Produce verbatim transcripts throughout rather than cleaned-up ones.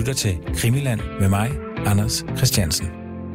lytter til Krimiland med mig, Anders Christiansen.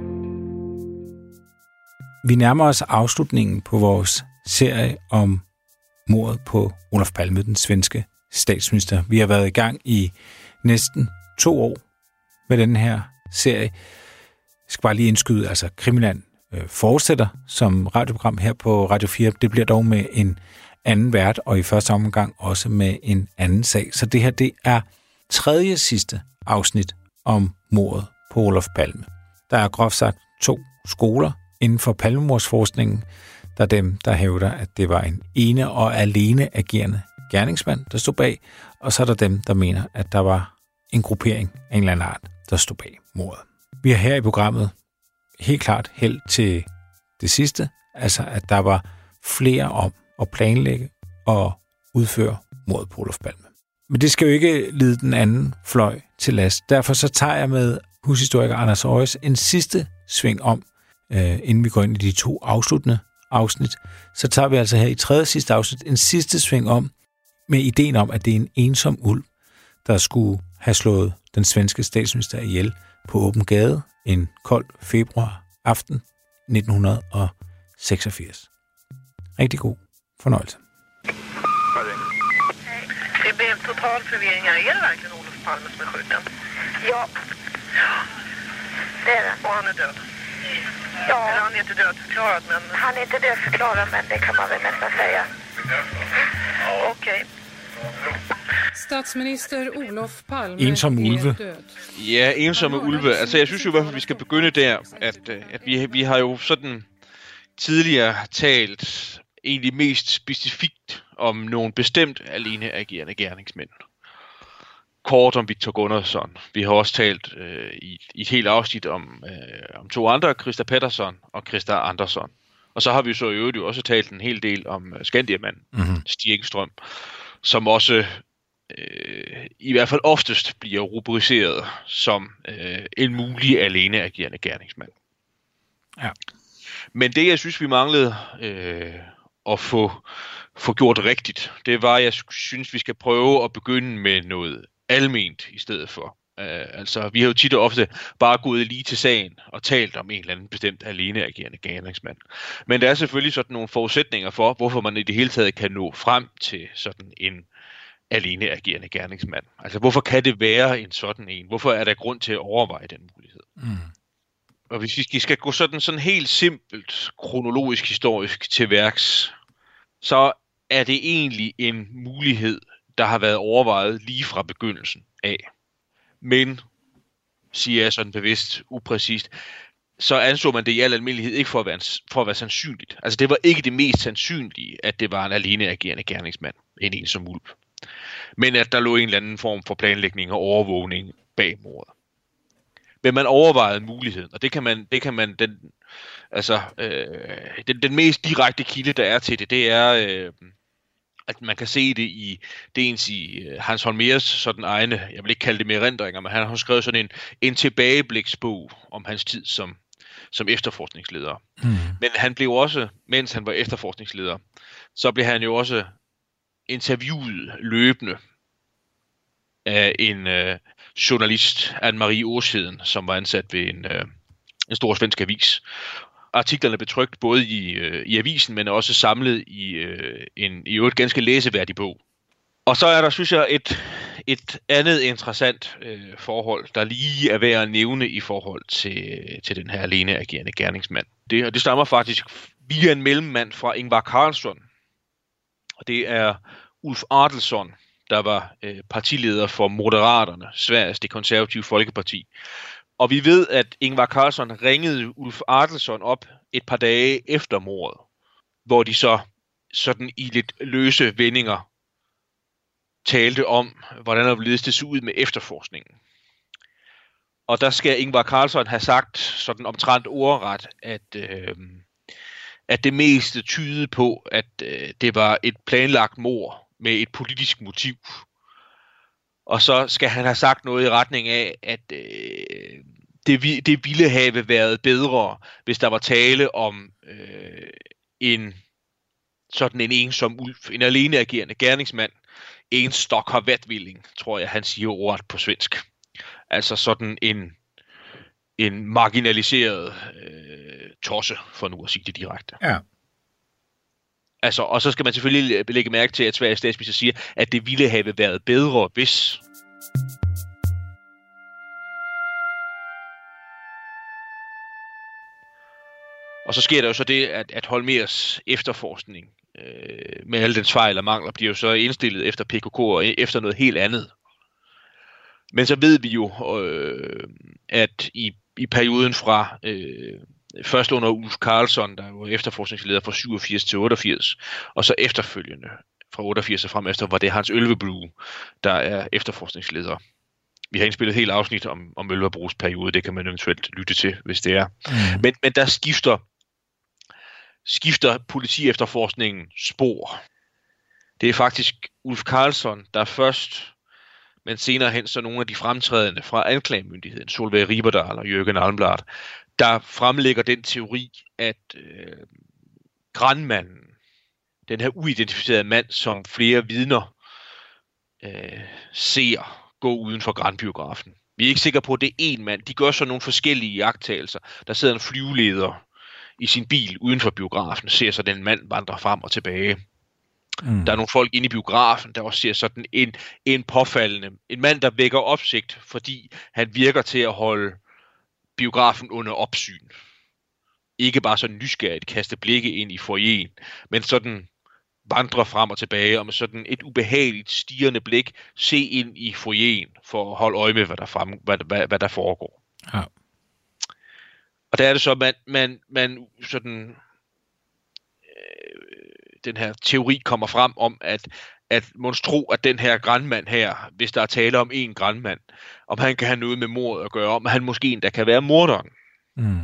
Vi nærmer os afslutningen på vores serie om mordet på Olof Palme, den svenske statsminister. Vi har været i gang i næsten to år med den her serie. Jeg skal bare lige indskyde, altså Krimiland øh, fortsætter som radioprogram her på Radio fire. Det bliver dog med en anden vært, og i første omgang også med en anden sag. Så det her, det er tredje sidste afsnit om mordet på Olof Palme. Der er groft sagt to skoler inden for palmemordsforskningen. Der er dem, der hævder, at det var en ene og alene agerende gerningsmand, der stod bag, og så er der dem, der mener, at der var en gruppering af en eller anden art, der stod bag mordet. Vi har her i programmet helt klart held til det sidste, altså at der var flere om at planlægge og udføre mordet på Olof Palme. Men det skal jo ikke lide den anden fløj til last. Derfor så tager jeg med hushistoriker Anders Øjes en sidste sving om, øh, inden vi går ind i de to afsluttende afsnit. Så tager vi altså her i tredje sidste afsnit en sidste sving om, med ideen om, at det er en ensom ulv, der skulle have slået den svenske statsminister ihjel på åben gade en kold februar aften nitten seksogfirs. Rigtig god fornøjelse. Det blev total förvirring. Är det verkligen Olof Palme som är skjuten? Ja. Det är det. Och han är död? Ja. Eller han är inte dödförklarad, men... Han är inte dödförklarad, men det kan man väl nästan säga. Okej. Statsminister Olof Palme Ensom ulve. er død. Ja, ensomme ulve. Altså, jeg synes jo i hvert fald, vi skal begynde der, at, at vi, vi har jo sådan tidligere talt egentlig mest specifikt om nogle bestemt alene agerende gerningsmænd. Kort om Victor Gunnarsson. Vi har også talt øh, i, i et helt afsnit om, øh, om to andre, Christa Pettersson og Christa Andersson. Og så har vi så i øvrigt jo også talt en hel del om uh, Skandiamanden, mm-hmm. Stig Engstrøm, som også øh, i hvert fald oftest bliver rubriceret som øh, en mulig alene agerende gerningsmand. Ja. Men det, jeg synes, vi manglede øh, at få, få gjort rigtigt, det var, at jeg synes, vi skal prøve at begynde med noget alment i stedet for. Uh, altså, vi har jo tit og ofte bare gået lige til sagen og talt om en eller anden bestemt alene agerende gerningsmand. Men der er selvfølgelig sådan nogle forudsætninger for, hvorfor man i det hele taget kan nå frem til sådan en alene agerende gerningsmand. Altså, hvorfor kan det være en sådan en? Hvorfor er der grund til at overveje den mulighed? Mm. Og hvis vi skal gå sådan, sådan helt simpelt, kronologisk, historisk til værks, så er det egentlig en mulighed, der har været overvejet lige fra begyndelsen af. Men, siger jeg sådan bevidst, upræcist, så anså man det i al almindelighed ikke for at, være, for at være sandsynligt. Altså det var ikke det mest sandsynlige, at det var en alene agerende gerningsmand, en ensom ulv. Men at der lå en eller anden form for planlægning og overvågning bag mordet. Men man overvejede muligheden, og det kan man, det kan man den, altså, øh, den, den mest direkte kilde, der er til det, det er... Øh, at man kan se det i, det ens i Hans Holmers sådan egne, jeg vil ikke kalde det mere erindringer, men han har skrevet sådan en, en tilbagebliksbog om hans tid som, som efterforskningsleder. Mm. Men han blev også, mens han var efterforskningsleder, så blev han jo også interviewet løbende af en øh, journalist, Anne-Marie Åsheden, som var ansat ved en, øh, en stor svensk avis. Artiklerne blev trykt både i, øh, i avisen, men også samlet i øh, en i øvrigt ganske læseværdig bog. Og så er der, synes jeg, et, et andet interessant øh, forhold, der lige er værd at nævne i forhold til, til den her alene agerende gerningsmand. Det, og det stammer faktisk via en mellemmand fra Ingvar Carlsson. Og det er Ulf Adelsohn, der var øh, partileder for Moderaterne, Sveriges Det Konservative Folkeparti. Og vi ved, at Ingvar Carlsson ringede Ulf Adelsohn op et par dage efter mordet, hvor de så sådan i lidt løse vendinger talte om, hvordan der ville det se ud med efterforskningen. Og der skal Ingvar Carlsson have sagt sådan omtrent ordret, at, øh, at det meste tydede på, at øh, det var et planlagt mord med et politisk motiv. Og så skal han have sagt noget i retning af, at øh, det, det ville have været bedre, hvis der var tale om øh, en sådan en ensom ulv, en aleneagerende gerningsmand, en stock har vatvilling, tror jeg, han siger ordet på svensk. Altså sådan en, en marginaliseret øh, tosse, for nu at sige det direkte. Ja. Altså, og så skal man selvfølgelig lægge mærke til, at Sveriges statsminister siger, at det ville have været bedre, hvis... Og så sker der jo så det, at, at Holmers efterforskning øh, med alle dens fejl og mangler bliver jo så indstillet efter P K K og efter noget helt andet. Men så ved vi jo, øh, at i, i perioden fra øh, først under Ulf Karlsson, der var efterforskningsleder fra syvogfirs til otteogfirs, og så efterfølgende fra otteogfirs og frem efter, var det Hans Ølvebro, der er efterforskningsleder. Vi har indspillet et helt afsnit om, om Ølvebros periode, det kan man eventuelt lytte til, hvis det er. Mm. Men, men der skifter, skifter politi-efterforskningen spor. Det er faktisk Ulf Karlsson, der først, men senere hen så nogle af de fremtrædende fra anklagemyndigheden, Solveig Riberdahl og Jørgen Almblad, der fremlægger den teori, at øh, Granmanden, den her uidentificerede mand, som flere vidner øh, ser gå uden for Grandbiografen. Vi er ikke sikre på, at det er én mand. De gør så nogle forskellige iagttagelser. Der sidder en flyveleder i sin bil uden for biografen, ser så den mand vandre frem og tilbage. Mm. Der er nogle folk inde i biografen, der også ser sådan en, en påfaldende, en mand, der vækker opsigt, fordi han virker til at holde biografen under opsyn. Ikke bare sådan nysgerrigt kaste blikke ind i foyeren, men sådan vandre frem og tilbage, og med sådan et ubehageligt stirrende blik se ind i foyeren for at holde øje med, hvad der, frem, hvad, hvad, hvad der foregår. Ja. Og der er det så, man, man, man sådan øh, den her teori kommer frem om, at at man tro, at den her grandmand her, hvis der er tale om en grandmand, om han kan have noget med mordet at gøre, om han måske endda kan være morderen. Mm.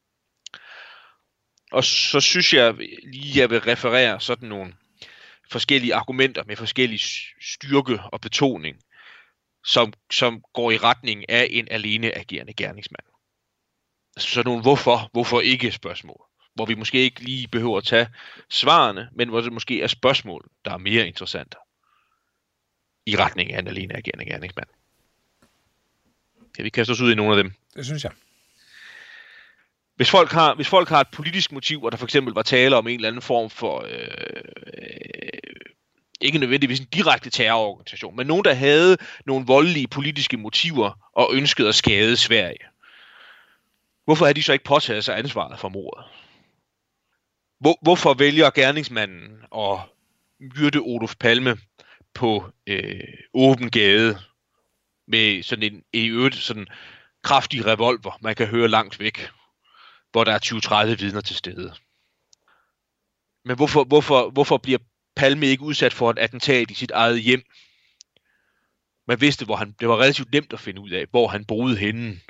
Og så synes jeg lige, jeg vil referere sådan nogle forskellige argumenter med forskellig styrke og betoning, som, som går i retning af en alene agerende gerningsmand. Så nogle hvorfor, hvorfor ikke spørgsmål, hvor vi måske ikke lige behøver at tage svarene, men hvor det måske er spørgsmål, der er mere interessante i retning af en alene agerende gerningsmand. Kan vi kaste os ud i nogle af dem? Det synes jeg. Hvis folk har, hvis folk har et politisk motiv, og der for eksempel var tale om en eller anden form for, øh, ikke nødvendigvis en direkte terrororganisation, men nogen, der havde nogle voldelige politiske motiver og ønskede at skade Sverige, hvorfor har de så ikke påtaget sig ansvaret for mordet? Hvor, hvorfor vælger gerningsmanden at myrde Olof Palme på øh, åben gade med sådan en i øvrigt sådan kraftig revolver, man kan høre langt væk, hvor der er tyve til tredive vidner til stede? Men hvorfor, hvorfor, hvorfor bliver Palme ikke udsat for et attentat i sit eget hjem? Man vidste, hvor han, det var relativt nemt at finde ud af, hvor han boede henne.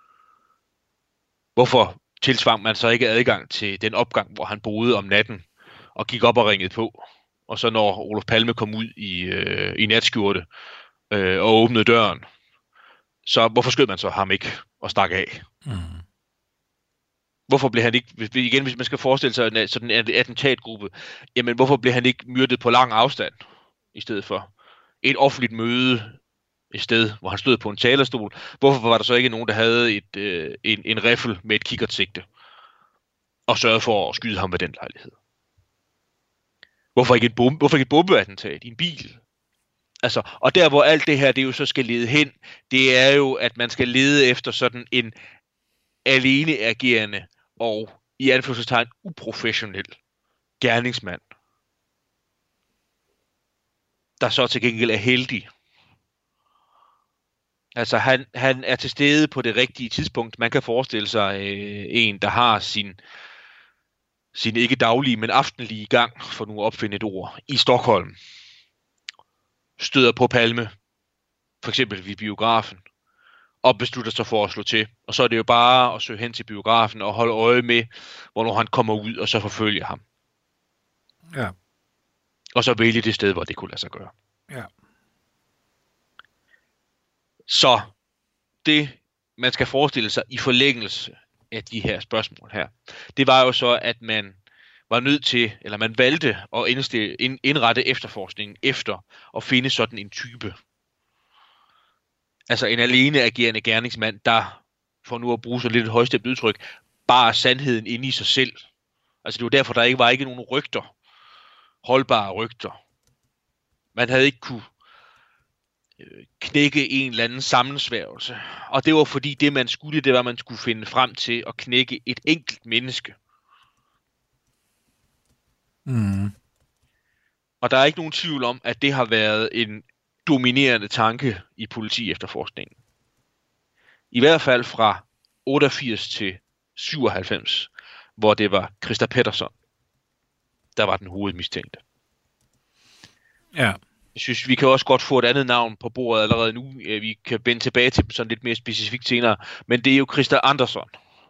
Hvorfor tilsvang man så ikke adgang til den opgang, hvor han boede om natten, og gik op og ringede på? Og så når Olof Palme kom ud i, øh, i natskjorte øh, og åbnede døren, så hvorfor skød man så ham ikke og stak af? Mm. Hvorfor blev han ikke, igen hvis man skal forestille sig en, sådan en attentatgruppe, jamen hvorfor blev han ikke myrdet på lang afstand, i stedet for et offentligt møde, et sted, hvor han stod på en talerstol? Hvorfor var der så ikke nogen, der havde et, øh, en, en riffel med et kikkertsigte, og sørgede for at skyde ham ved den lejlighed? Hvorfor ikke et, bombe, hvorfor ikke et bombeattentat i en bil? Altså, og der hvor alt det her, det jo så skal lede hen, det er jo, at man skal lede efter sådan en alene agerende og i anførselstegn uprofessionel gerningsmand, der så til gengæld er heldig. Altså han, han er til stede på det rigtige tidspunkt. Man kan forestille sig øh, en, der har sin, sin ikke daglige, men aftenlige gang, for nu at opfinde et ord, i Stockholm. Støder på Palme, for eksempel ved biografen, og beslutter sig for at slå til. Og så er det jo bare at søge hen til biografen og holde øje med, hvornår han kommer ud, og så forfølge ham. Ja. Og så vælge det sted, hvor det kunne lade sig gøre. Ja. Så det, man skal forestille sig i forlængelse af de her spørgsmål her, det var jo så, at man var nødt til, eller man valgte at indstille, indrette efterforskningen efter at finde sådan en type. altså en alene agerende gerningsmand, der, for nu at bruge så lidt et højstemt udtryk, bare sandheden inde i sig selv. Altså det var derfor, der ikke var ikke nogen rygter, holdbare rygter. Man havde ikke kunne knække en eller anden sammensværgelse. Og det var fordi det, man skulle, det var, at man skulle finde frem til at knække et enkelt menneske. Mm. Og der er ikke nogen tvivl om, at det har været en dominerende tanke i politi-efterforskningen. I hvert fald fra otteogfirs til syvoghalvfems, hvor det var Christa Pettersson, der var den hovedmistænkte. Ja. Jeg synes, vi kan også godt få et andet navn på bordet allerede nu. Vi kan vende tilbage til sådan lidt mere specifikt senere. Men det er jo Christa Andersson.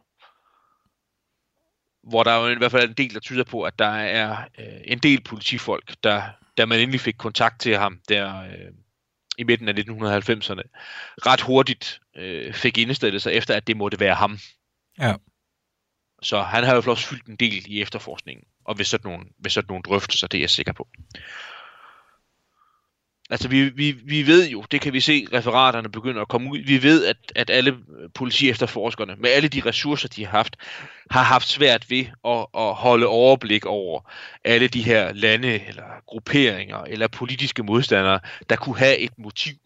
Hvor der er jo i hvert fald en del, der tyder på, at der er øh, en del politifolk, der, der man endelig fik kontakt til ham der øh, i midten af nitten halvfemserne, ret hurtigt øh, fik indstillet sig efter, at det måtte være ham. Ja. Så han har jo også fyldt en del i efterforskningen, og ved sådan nogle, ved sådan nogle drøftelser, det er jeg sikker på. Altså, vi, vi, vi ved jo, det kan vi se, referaterne begynder at komme ud. Vi ved, at, at alle politiefterforskerne, med alle de ressourcer, de har haft, har haft svært ved at, at holde overblik over alle de her lande, eller grupperinger, eller politiske modstandere, der kunne have et motiv.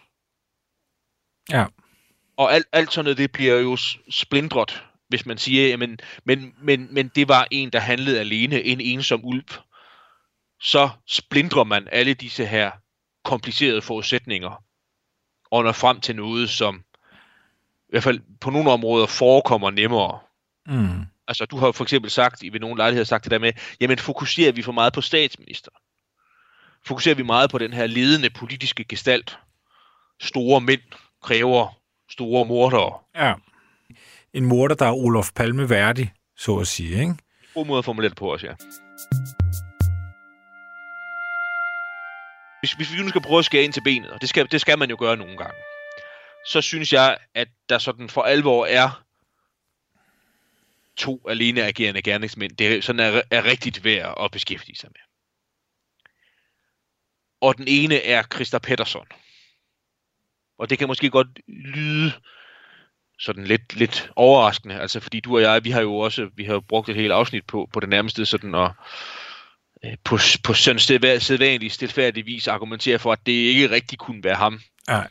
Ja. Og alt, alt sådan noget, det bliver jo splindret, hvis man siger, jamen, men, men, men det var en, der handlede alene, en ensom ulv. Så splindrer man alle disse her komplicerede forudsætninger og når frem til noget, som i hvert fald på nogle områder forekommer nemmere. Mm. Altså, du har for eksempel sagt, i ved nogle lejligheder sagt det der med, jamen fokuserer vi for meget på statsminister? Fokuserer vi meget på den her ledende politiske gestalt? Store mænd kræver store mordere. Ja. En morder, der er Olof Palme værdig, så at sige, ikke? God måde at formulere det på os, ja. Hvis, hvis vi nu skal prøve at skære ind til benet, og det skal, det skal man jo gøre nogle gange, så synes jeg, at der sådan for alvor er to alene agerende gerningsmænd, det sådan er, er rigtigt værd at beskæftige sig med. Og den ene er Christa Pettersson. Og det kan måske godt lyde sådan lidt, lidt overraskende, altså fordi du og jeg, vi har jo også, vi har jo brugt et helt afsnit på, på det nærmeste sådan at på, på sådan sædvanlig stilfærdig vis argumentere for, at det ikke rigtig kunne være ham. Nej.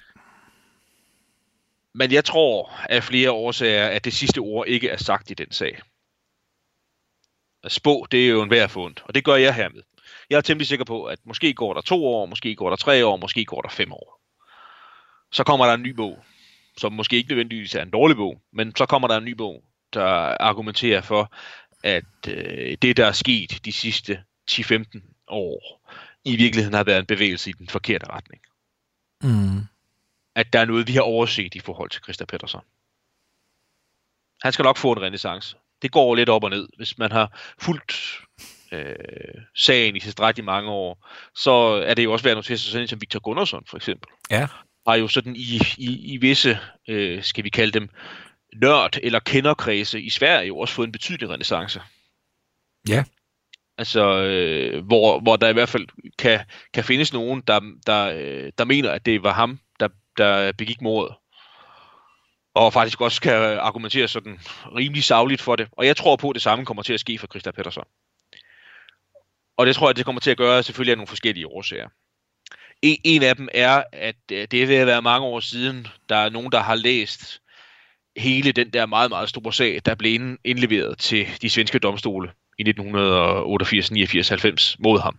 Men jeg tror af flere årsager, at det sidste ord ikke er sagt i den sag. At spå, det er jo en værd fundet, og det gør jeg hermed. Jeg er temmelig sikker på, at måske går der to år, måske går der tre år, måske går der fem år. Så kommer der en ny bog, som måske ikke nødvendigvis er en dårlig bog, men så kommer der en ny bog, der argumenterer for, at øh, det, der er sket de sidste ti til femten år, i virkeligheden har været en bevægelse i den forkerte retning. Mm. At der er noget, vi har overset i forhold til Christa Pettersson. Han skal nok få en renæssance. Det går lidt op og ned. Hvis man har fulgt øh, sagen i tilstrækkeligt mange år, så er det jo også værd at notere sig sådan som Victor Gunnarsson, for eksempel. Ja. Har jo sådan i, i, i visse, øh, skal vi kalde dem, nørd- eller kenderkredse i Sverige jo også fået en betydelig renæssance. Ja. Altså, øh, hvor, hvor der i hvert fald kan, kan findes nogen, der, der, øh, der mener, at det var ham, der, der begik mordet. Og faktisk også kan argumentere sådan rimelig sagligt for det. Og jeg tror på, at det samme kommer til at ske for Christa Pettersson. Og det tror jeg, det kommer til at gøre selvfølgelig af nogle forskellige årsager. En, en af dem er, at det er ved at være mange år siden, der er nogen, der har læst hele den der meget, meget store sag, der blev indleveret til de svenske domstole i nitten otteogfirs, niogfirs, halvfems mod ham.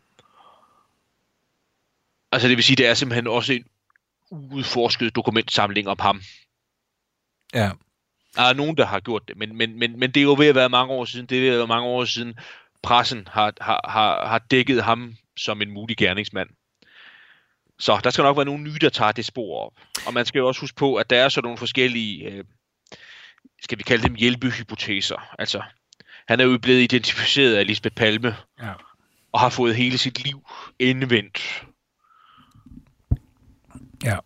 Altså det vil sige, det er simpelthen også en uudforsket dokumentsamling om ham. Ja. Der er nogen, der har gjort det, men, men, men, men det er jo ved at være mange år siden, det er ved at være mange år siden, pressen har, har, har, har dækket ham som en mulig gerningsmand. Så der skal nok være nogle nye, der tager det spor op. Og man skal jo også huske på, at der er så nogle forskellige, øh, skal vi kalde dem hjælpehypoteser. Altså, han er jo blevet identificeret af Lisbeth Palme, Ja. og har fået hele sit liv indvendt. Ja.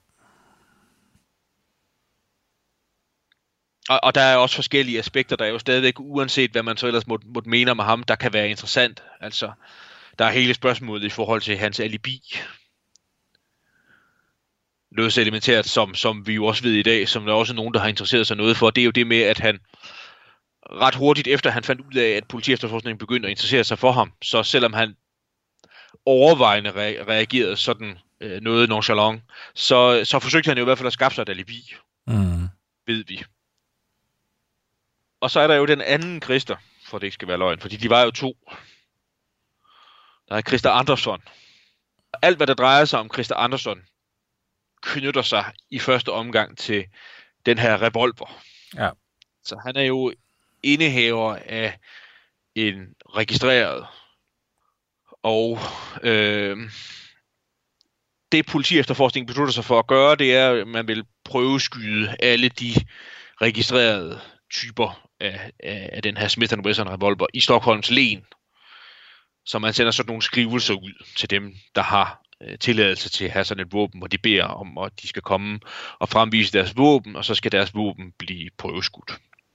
Og, og der er også forskellige aspekter, der er jo stadigvæk, uanset hvad man så ellers måtte, måtte mene om ham, der kan være interessant. Altså, der er hele spørgsmålet i forhold til hans alibi. noget så elementært, som, som vi jo også ved i dag, som der er også nogen, der har interesseret sig noget for, det er jo det med, at han ret hurtigt efter, han fandt ud af, at politiefterforskningen begyndte at interessere sig for ham, så selvom han overvejende re- reagerede sådan øh, noget nonchalant, så, så forsøgte han jo i hvert fald at skaffe sig et alibi, Mm. ved vi. Og så er der jo den anden Christer, for det ikke skal være løgn, fordi de var jo to. Der er Christer Andersson. Alt, hvad der drejer sig om Christer Andersson, knytter sig i første omgang til den her revolver. Ja. Så han er jo indehaver af en registreret. Og øh, det politiefterforskningen beslutter sig for at gøre, det er, at man vil prøveskyde alle de registrerede typer af, af, af den her Smith and Wesson revolver i Stockholms Län. Så man sender sådan nogle skrivelser ud til dem, der har øh, tilladelse til at have sådan et våben, hvor de beder om, at de skal komme og fremvise deres våben, og så skal deres våben blive prøveskudt.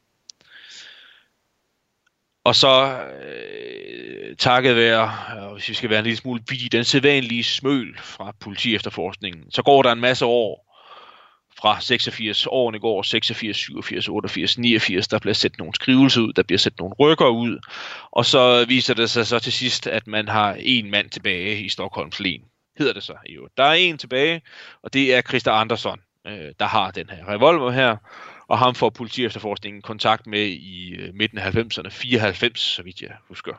Og så øh, takket være, hvis vi skal være en lille smule vidt, den sædvanlige smøl fra politiefterforskningen, så går der en masse år fra seksogfirs, årene går seksogfirs, syvogfirs, otteogfirs, niogfirs, der bliver sendt nogle skrivelser ud, der bliver sendt nogle rykker ud, og så viser det sig så til sidst, at man har en mand tilbage i Stockholms Län, hedder det så. Jo. Der er en tilbage, og det er Christer Andersson, øh, der har den her revolver her, og ham får politiefterforskningen kontakt med i øh, midten af halvfemserne, fireoghalvfems, så vidt jeg husker.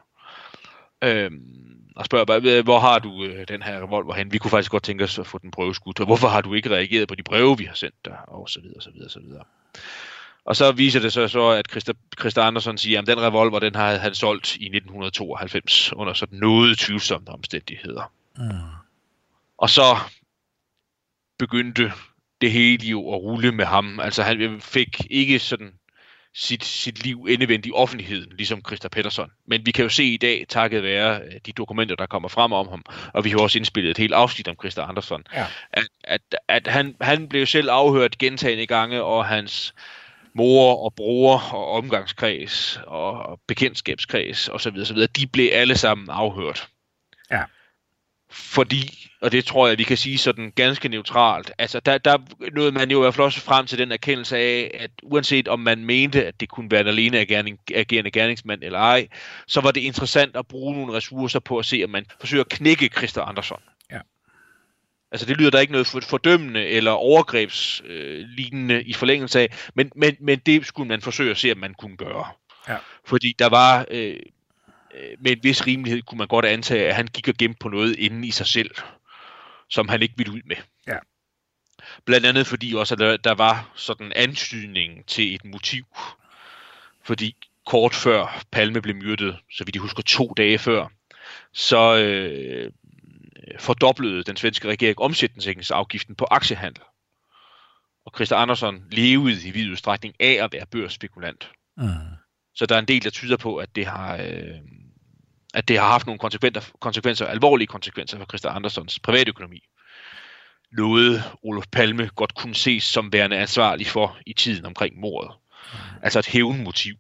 Øhm, og spørger bare, hvor har du øh, den her revolver hen? Vi kunne faktisk godt tænke os at få den prøveskudt, og hvorfor har du ikke reageret på de breve, vi har sendt dig? Og så videre, så videre, så videre. Og så viser det sig så, at Christer, Christer Andersson siger, at den revolver, den har han solgt i nitten tooghalvfems, under sådan noget tvivlsomme omstændigheder. Mm. Og så begyndte det hele jo at rulle med ham. Altså han fik ikke sådan sit, sit liv endevendt i offentligheden, ligesom Christer Pettersson. Men vi kan jo se i dag, takket være de dokumenter, der kommer frem om ham, og vi har også indspillet et helt afsnit om Christer Andersson, ja. at, at, at han, han blev selv afhørt gentagne gange, og hans mor og bror og omgangskreds og bekendtskabskreds osv., osv., de blev alle sammen afhørt. Ja. Fordi, og det tror jeg, vi kan sige sådan ganske neutralt, altså der, der nåede man jo i hvert fald også frem til den erkendelse af, at uanset om man mente, at det kunne være en alene agerende, agerende gerningsmand eller ej, så var det interessant at bruge nogle ressourcer på at se, om man forsøger at knække Christer Andersson. Ja. Altså det lyder der ikke noget fordømmende eller overgrebslignende øh, i forlængelse af, men, men, men det skulle man forsøge at se, om man kunne gøre. Ja. Fordi der var... Øh, med en vis rimelighed kunne man godt antage, at han gik og gemte på noget inde i sig selv, som han ikke ville ud med. Ja. Blandt andet fordi også, at der, der var sådan en antydning til et motiv. Fordi kort før Palme blev myrdet, så vidt jeg husker to dage før, så øh, fordoblede den svenske regering omsætningsafgiften på aktiehandel. Og Christer Andersson levede i vid udstrækning af at være børsspekulant. Mm. Så der er en del, der tyder på, at det har, øh, at det har haft nogle konsekvenser, konsekvenser, alvorlige konsekvenser for Christer Anderssons privatøkonomi. Noget Olof Palme godt kunne ses som værende ansvarlig for i tiden omkring mordet. Mm. Altså et hævnmotiv.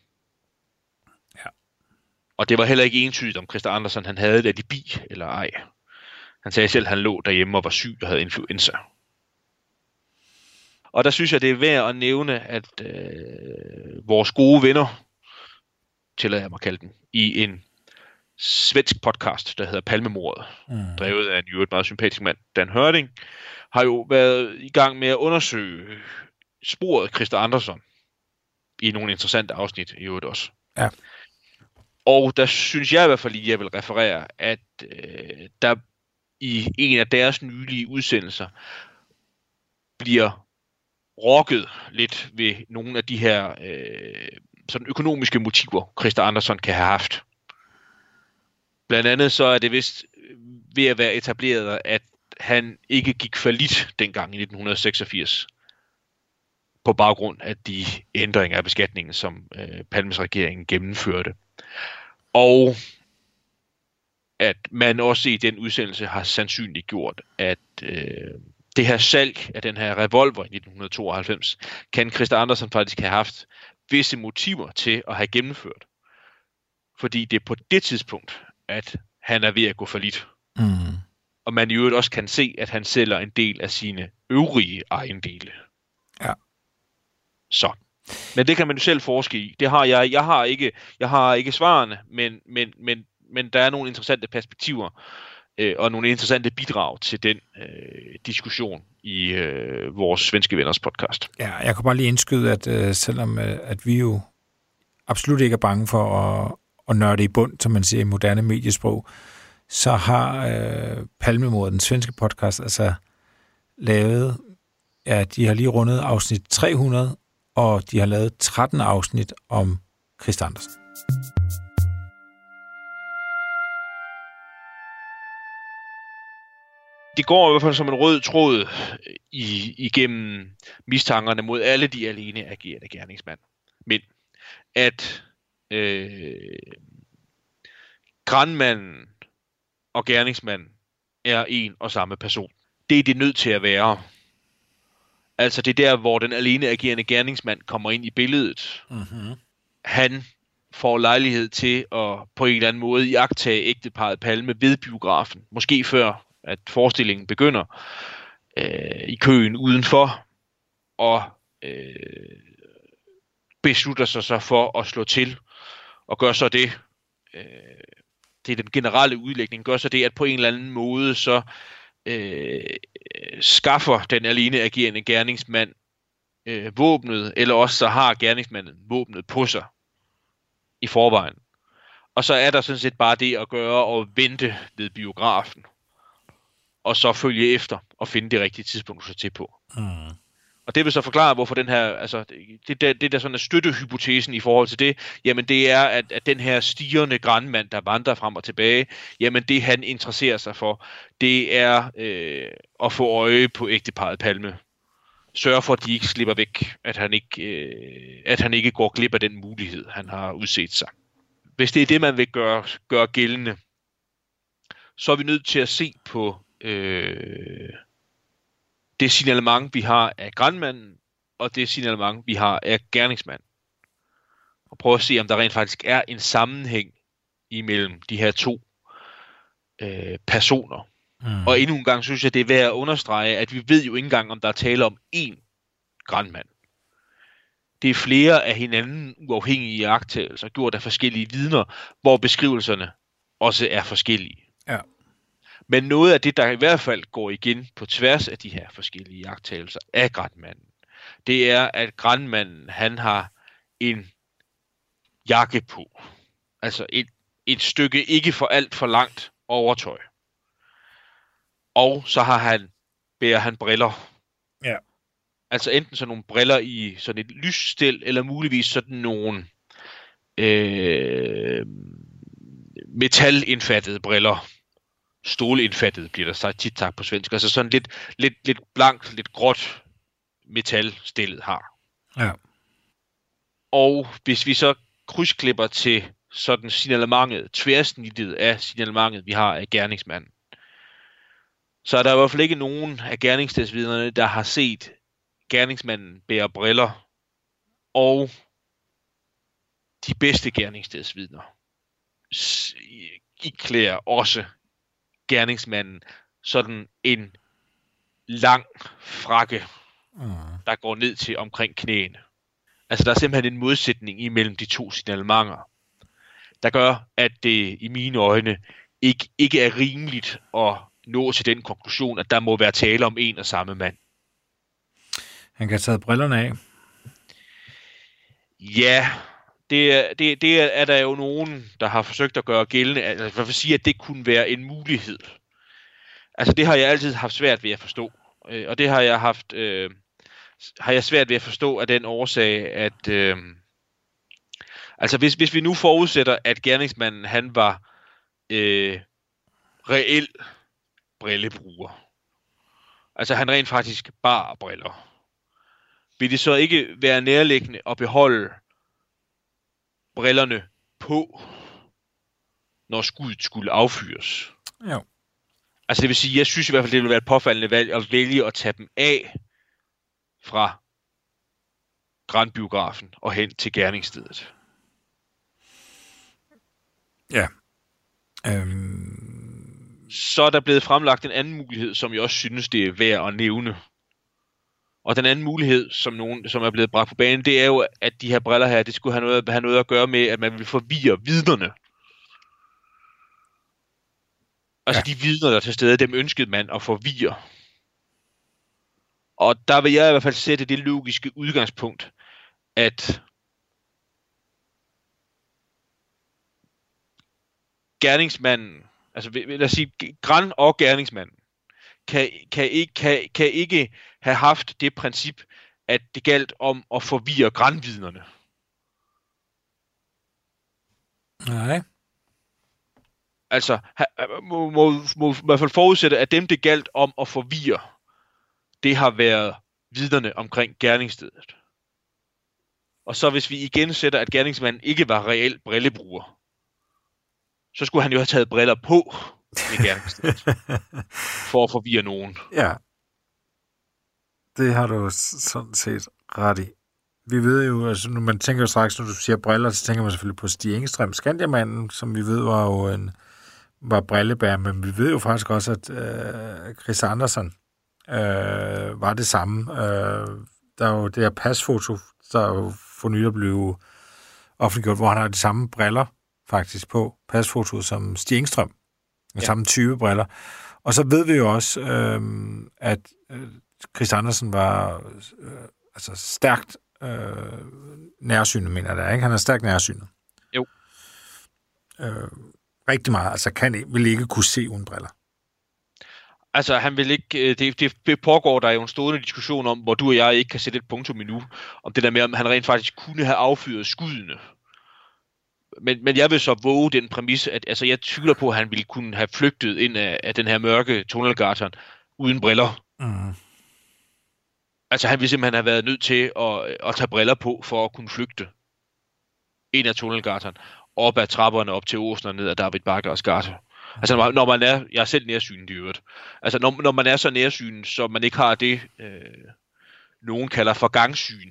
Ja. Og det var heller ikke entydigt, om Christer Andersson han havde et alibi eller ej. Han sagde selv, at han lå derhjemme og var syg og havde influenza. Og der synes jeg, det er værd at nævne, at øh, vores gode venner, tillader jeg mig at kalde den, i en svensk podcast, der hedder Palmemordet, mm. drevet af en jo et meget sympatisk mand, Dan Hørding, har jo været i gang med at undersøge sporet Christer Andersson i nogle interessante afsnit i øvrigt også. Ja. Og der synes jeg i hvert fald lige, jeg vil referere, at øh, der i en af deres nylige udsendelser bliver rokket lidt ved nogle af de her øh, sådan økonomiske motiver, Christer Andersson kan have haft. Blandt andet så er det vist ved at være etableret, at han ikke gik fallit dengang i nitten seksogfirs på baggrund af de ændringer af beskatningen, som øh, Palmes regering gennemførte. Og at man også i den udsendelse har sandsynligt gjort, at øh, det her salg af den her revolver i nitten tooghalvfems, kan Christer Andersson faktisk have haft visse motiver til at have gennemført. Fordi det er på det tidspunkt, at han er ved at gå fallit. Mm. Og man i øvrigt også kan se, at han sælger en del af sine øvrige ejendele. Ja. Så. Men det kan man jo selv forske i. Det har jeg. Jeg har ikke, jeg har ikke svarene, men, men, men, men der er nogle interessante perspektiver øh, og nogle interessante bidrag til den øh, diskussion i øh, vores Svenske Venners podcast. Ja, jeg kan bare lige indskyde, at øh, selvom øh, at vi jo absolut ikke er bange for at, at nørde i bund, som man siger i moderne mediesprog, så har øh, Palmemordet, den svenske podcast, altså lavet, ja, de har lige rundet afsnit tre hundrede, og de har lavet tretten afsnit om Christ Andersen. Det går i hvert fald som en rød tråd i, igennem mistankerne mod alle de alene agerende gerningsmænd. Men at øh, grandmanden og gerningsmanden er en og samme person. Det er det nødt til at være. Altså det er der, hvor den alene agerende gerningsmand kommer ind i billedet. Mm-hmm. Han får lejlighed til at på en eller anden måde iagttage ægteparret Palme ved biografen. Måske før at forestillingen begynder øh, i køen udenfor, og øh, beslutter sig så for at slå til, og gør så det, øh, det er den generelle udlægning, gør så det, at på en eller anden måde så øh, skaffer den alene agerende gerningsmand øh, våbnet, eller også så har gerningsmanden våbnet på sig i forvejen. Og så er der sådan set bare det at gøre og vente ved biografen, og så følge efter og finde det rigtige tidspunkt at se til på. Mm. Og det vil så forklare, hvorfor den her, altså det der, det der sådan er støttehypotesen i forhold til det, jamen det er, at, at den her stirrende grandmand, der vandrer frem og tilbage, jamen det han interesserer sig for, det er øh, at få øje på ægteparret Palme. Sørge for, at de ikke slipper væk, at han ikke, øh, at han ikke går glip af den mulighed, han har udset sig. Hvis det er det, man vil gøre, gøre gældende, så er vi nødt til at se på øh, det signalement, vi har af grandmanden, og det signalement, vi har af gerningsmanden. Og prøve at se, om der rent faktisk er en sammenhæng imellem de her to øh, personer. Mm. Og endnu en gang synes jeg, det er værd at understrege, at vi ved jo ikke engang, om der er tale om én grandmand. Det er flere af hinanden uafhængige iagttagelser, gjort af forskellige vidner, hvor beskrivelserne også er forskellige. Ja. Men noget af det, der i hvert fald går igen på tværs af de her forskellige iagttagelser af grandmanden, det er, at grandmanden, han har en jakke på. Altså et, et stykke ikke for alt for langt overtøj. Og så har han, bærer han briller. Ja. Altså enten sådan nogle briller i sådan et lysstil, eller muligvis sådan nogle øh, metalindfattede briller. Stålindfattet bliver der sagt tit tak på svensk. Altså sådan lidt, lidt, lidt blankt, lidt gråt metalstillet har. Ja. Og hvis vi så krydsklipper til sådan signalementet, tværsnittet af signalementet, vi har af gerningsmanden, så er der i hvert fald ikke nogen af gerningsstedsvidnerne, der har set gerningsmanden bære briller, og de bedste gerningsstedsvidner iklæder også gerningsmanden sådan en lang frakke, mm. der går ned til omkring knæene. Altså der er simpelthen en modsætning imellem de to signalementer, der gør, at det i mine øjne ikke, ikke er rimeligt at nå til den konklusion, at der må være tale om en og samme mand. Han kan have taget brillerne af. Ja, det er, det, det er der jo nogen, der har forsøgt at gøre gældende, altså for at sige, at det kunne være en mulighed. Altså det har jeg altid haft svært ved at forstå, og det har jeg haft, øh, har jeg svært ved at forstå af den årsag, at øh, altså hvis, hvis vi nu forudsætter, at gerningsmanden han var øh, reel brillebruger, altså han rent faktisk bar briller, vil det så ikke være nærliggende at beholde brillerne på, når skuddet skulle affyres? Jo. Altså det vil sige, jeg synes i hvert fald, det ville være et påfaldende valg at vælge at tage dem af fra Grandbiografen og hen til gerningsstedet. Ja. Øhm... Så er der blevet fremlagt en anden mulighed, som jeg også synes, det er værd at nævne. Og den anden mulighed, som, nogen, som er blevet bragt på banen, det er jo, at de her briller her, det skulle have noget, have noget at gøre med, at man vil forvirre vidnerne. Altså ja. De vidner, der er til stede, dem ønskede man at forvirre. Og der vil jeg i hvert fald sætte det logiske udgangspunkt, at gerningsmanden, altså lad os sige, Gran og gerningsmanden, kan, kan, ikke, kan, kan ikke have haft det princip, at det galt om at forvirre Gran-vidnerne. Nej. Altså, må, må, må i hvert fald forudsætte, at dem, det galt om at forvirre, det har været vidnerne omkring gerningsstedet. Og så hvis vi igen sætter, at gerningsmanden ikke var reelt brillebruger, så skulle han jo have taget briller på i gerningsstedet, for at forvirre nogen. Ja, det har du sådan set ret i. Vi ved jo, altså når man tænker jo straks, når du siger briller, så tænker man selvfølgelig på Stig Engstrøm, Skandiamanden, som vi ved var jo en var brillebær, men vi ved jo faktisk også, at øh, Chris Andersen øh, var det samme. Øh, der er jo det her pasfoto, der er jo for nylig blevet offentliggjort, hvor han har de samme briller faktisk på pasfotoet som Stig Engstrøm. Med ja. Samme type briller. Og så ved vi jo også, øh, at øh, Chris Andersen var øh, altså stærkt øh, nærsynet, mener jeg da, ikke? Han er stærkt nærsynet. Jo. Øh, rigtig meget. Altså kan, vil ikke kunne se uden briller. Altså, han vil ikke, det, det pågår der jo en stående diskussion om, hvor du og jeg ikke kan sætte et punktum endnu, om det der med, om han rent faktisk kunne have affyret skuddene. Men, men jeg vil så våge den præmis, at altså, jeg tvivler på, at han ville kunne have flygtet ind af, af den her mørke tunnelgatan uden briller. Mm. Altså, han ville simpelthen have været nødt til at, at tage briller på, for at kunne flygte ind af tunnelgatan, op ad trapperne op til Åsen og ned ad David Bakkers gate. Altså, når man er, jeg er selv nærsynet i øvrigt. Altså, når, når man er så nærsynet, så man ikke har det, øh, nogen kalder for gangsyn.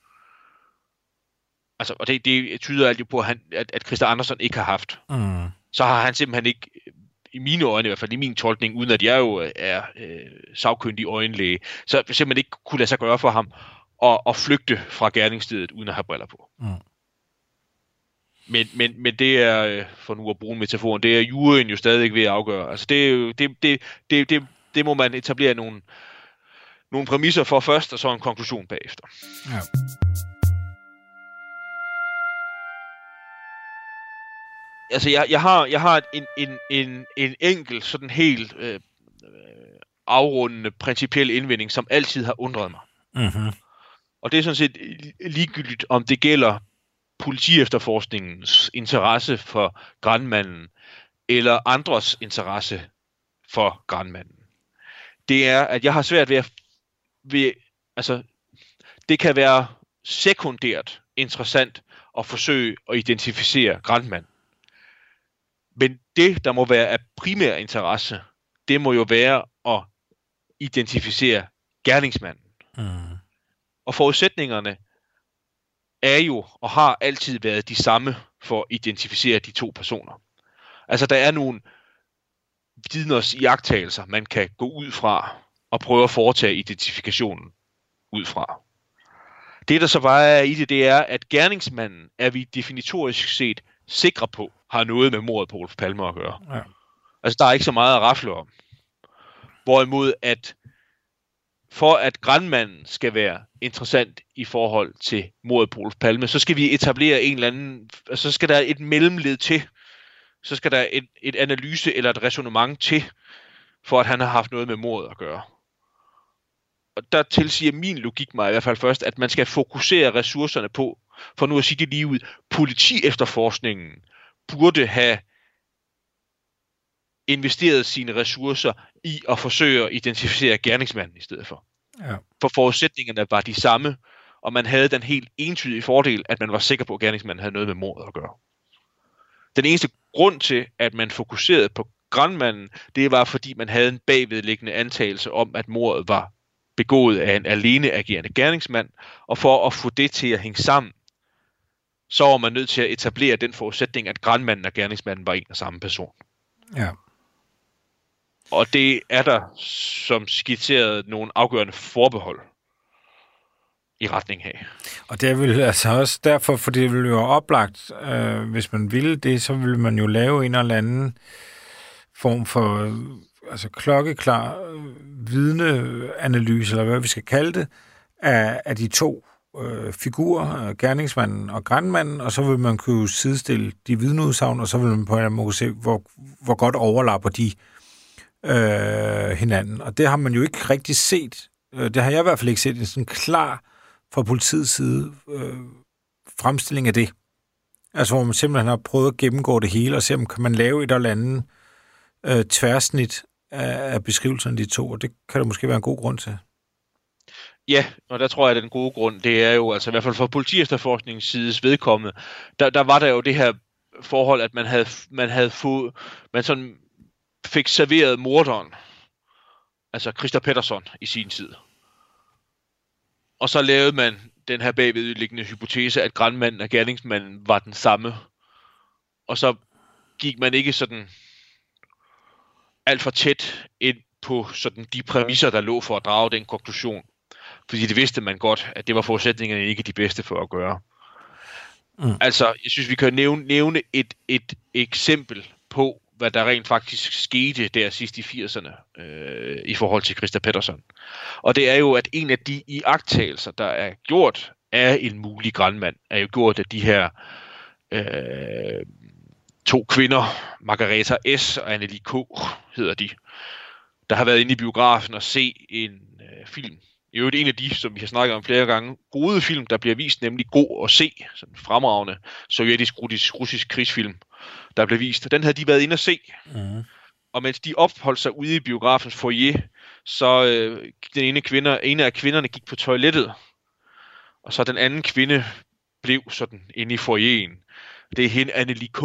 Altså, og det, det tyder alt jo på, at, han, at, at Christer Andersen ikke har haft. Mm. Så har han simpelthen ikke, i mine øjne i hvert fald, i min tolkning, uden at jeg jo er øh, sagkyndig øjenlæge, så simpelthen ikke kunne lade sig gøre for ham at, at flygte fra gerningsstedet, uden at have briller på. Mm. Men, men, men det er, for nu at bruge metaforen, det er juryen jo stadig ved at afgøre. Altså det, er jo, det, det, det, det, det må man etablere nogle, nogle præmisser for først, og så en konklusion bagefter. Ja. Altså jeg, jeg har, jeg har en, en, en, en enkelt, sådan helt øh, afrundende, principiel indvending, som altid har undret mig. Mm-hmm. Og det er sådan set ligegyldigt, om det gælder politiefterforskningens interesse for Granmanden, eller andres interesse for Granmanden. Det er, at jeg har svært ved at, ved, altså, det kan være sekundært interessant at forsøge at identificere Granmanden. Men det, der må være af primær interesse, det må jo være at identificere gerningsmanden. Mm. Og forudsætningerne er jo og har altid været de samme for at identificere de to personer. Altså der er nogle vidners iagttagelser, man kan gå ud fra og prøve at foretage identifikationen ud fra. Det der så bare er i det, det er, at gerningsmanden er vi definitorisk set sikre på, har noget med mordet på Olof Palme at gøre. Ja. Altså der er ikke så meget at rafle om. Hvorimod at for at Granmanden skal være interessant i forhold til mordet på Olof Palme, så skal vi etablere en eller anden, altså så skal der et mellemled til, så skal der et, et analyse eller et ræsonnement til, for at han har haft noget med mordet at gøre. Og der tilsiger min logik mig i hvert fald først, at man skal fokusere ressourcerne på, for nu at sige det lige ud, politiefterforskningen burde have investeret sine ressourcer i at forsøge at identificere gerningsmanden i stedet for. Ja. For forudsætningerne var de samme, og man havde den helt entydige fordel, at man var sikker på, at gerningsmanden havde noget med mordet at gøre. Den eneste grund til, at man fokuserede på Granmanden, det var, fordi man havde en bagvedliggende antagelse om, at mordet var begået af en aleneagerende gerningsmand, og for at få det til at hænge sammen, så var man nødt til at etablere den forudsætning, at Granmanden og gerningsmanden var en og samme person. Ja. Og det er der, som skitseret, nogle afgørende forbehold. i retning af. Og det er vel altså også derfor, for det ville jo oplagt, øh, hvis man ville det, så ville man jo lave en eller anden form for øh, altså klokkeklar øh, vidneanalyse, eller hvad vi skal kalde det, af, af de to øh, figurer, øh, gerningsmanden og grandmanden, og så vil man kunne sidestille de vidneudsagn, og så vil man på en eller anden måde se, hvor, hvor godt overlapper de øh, hinanden. Og det har man jo ikke rigtig set. Det har jeg i hvert fald ikke set en sådan klar fra politiets side øh, fremstilling af det. Altså hvor man simpelthen har prøvet at gennemgå det hele og se, om kan man lave et eller andet øh, tværsnit af, af beskrivelserne af de to, og det kan der måske være en god grund til. Ja, og der tror jeg, at den gode grund, det er jo, altså i hvert fald fra politiefterforskningens sides vedkommende, der, der var der jo det her forhold, at man havde, man havde fået, man sådan fik serveret morderen, altså Christer Pettersson i sin tid. Og så lavede man den her bagvedliggende hypotese, at grandmanden og gerningsmanden var den samme. Og så gik man ikke sådan alt for tæt ind på sådan de præmisser, der lå for at drage den konklusion. Fordi det vidste man godt, at det var forudsætningerne ikke de bedste for at gøre. Mm. Altså, jeg synes, vi kan nævne, nævne et, et eksempel på, hvad der rent faktisk skete der sidst i firserne øh, i forhold til Christer Pettersson. Og det er jo, at en af de iagttagelser, der er gjort af en mulig grandmand, er jo gjort af de her øh, to kvinder, Margareta S. og Annelie K. hedder de, der har været inde i biografen og se en øh, film. I øvrigt en af de, som vi har snakket om flere gange, gode film, der bliver vist, nemlig God at se, sådan en fremragende sovjetisk-russisk krigsfilm, der blev vist. Den havde de været inde at se. Mm. Og mens de opholdt sig ude i biografens foyer, så øh, den ene, kvinde, ene af kvinderne gik på toilettet, og så den anden kvinde blev sådan inde i foyeren. Det er hende, Annelie K.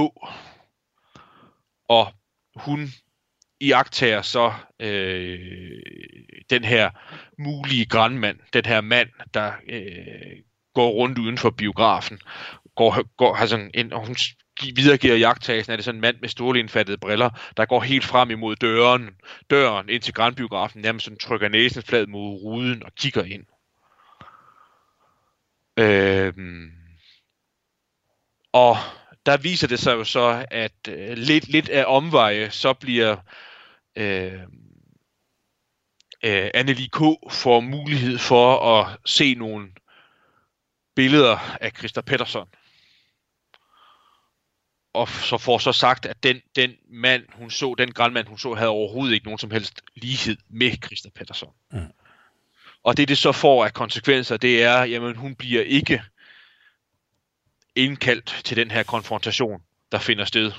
Og hun iagttager så øh, den her mulige grandmand, den her mand, der øh, går rundt uden for biografen, går, går, har sådan en, og hun videregiver iagttagelsen, er det sådan en mand med stålindfattede briller, der går helt frem imod døren, døren ind til grandbiografen, nærmest sådan trykker næsen flad mod ruden og kigger ind. Øhm, og der viser det sig jo så, at øh, lidt, lidt af omveje, så bliver øh, øh, Annelie K. får mulighed for at se nogle billeder af Christer Pettersson. Og så får så sagt, at den, den mand, hun så, den grandmand, hun så, havde overhovedet ikke nogen som helst lighed med Christer Pettersson. Mm. Og det, det så får af konsekvenser, det er, jamen hun bliver ikke indkaldt til den her konfrontation, der finder sted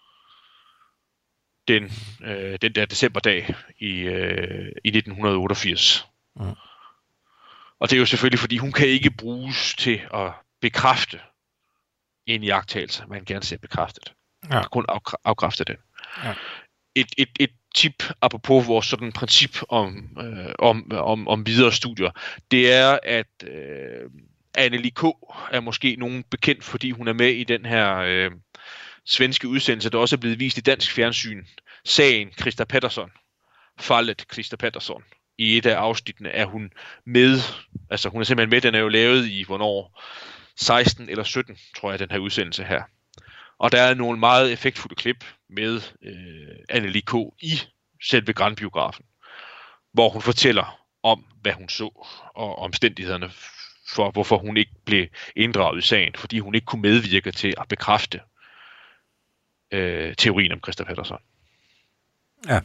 den, øh, den der decemberdag i, øh, i nitten otteogfirs. Mm. Og det er jo selvfølgelig, fordi hun kan ikke bruges til at bekræfte en iagttagelse, man gerne ser bekræftet. Ja. Kun afkræfte den. Ja. Et, et, et tip, apropos vores sådan princip om, øh, om, om, om videre studier, det er, at øh, Annelie K. er måske nogen bekendt, fordi hun er med i den her øh, svenske udsendelse, der også er blevet vist i dansk fjernsyn. Sagen Christer Pettersson. Faldet Christer Pettersson. I et af afsnittene er hun med, altså hun er simpelthen med, den er jo lavet i, hvornår? seksten eller sytten, tror jeg, den her udsendelse her. Og der er nogle meget effektfulde klip med øh, Annelie K. i selve grandbiografen, hvor hun fortæller om, hvad hun så, og omstændighederne for, hvorfor hun ikke blev inddraget i sagen, fordi hun ikke kunne medvirke til at bekræfte øh, teorien om Christer Pettersson. Ja.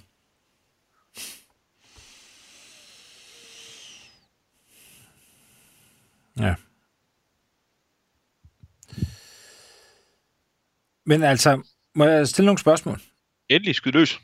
Ja. Men altså, må jeg stille nogle spørgsmål? Endelig, skyd løs.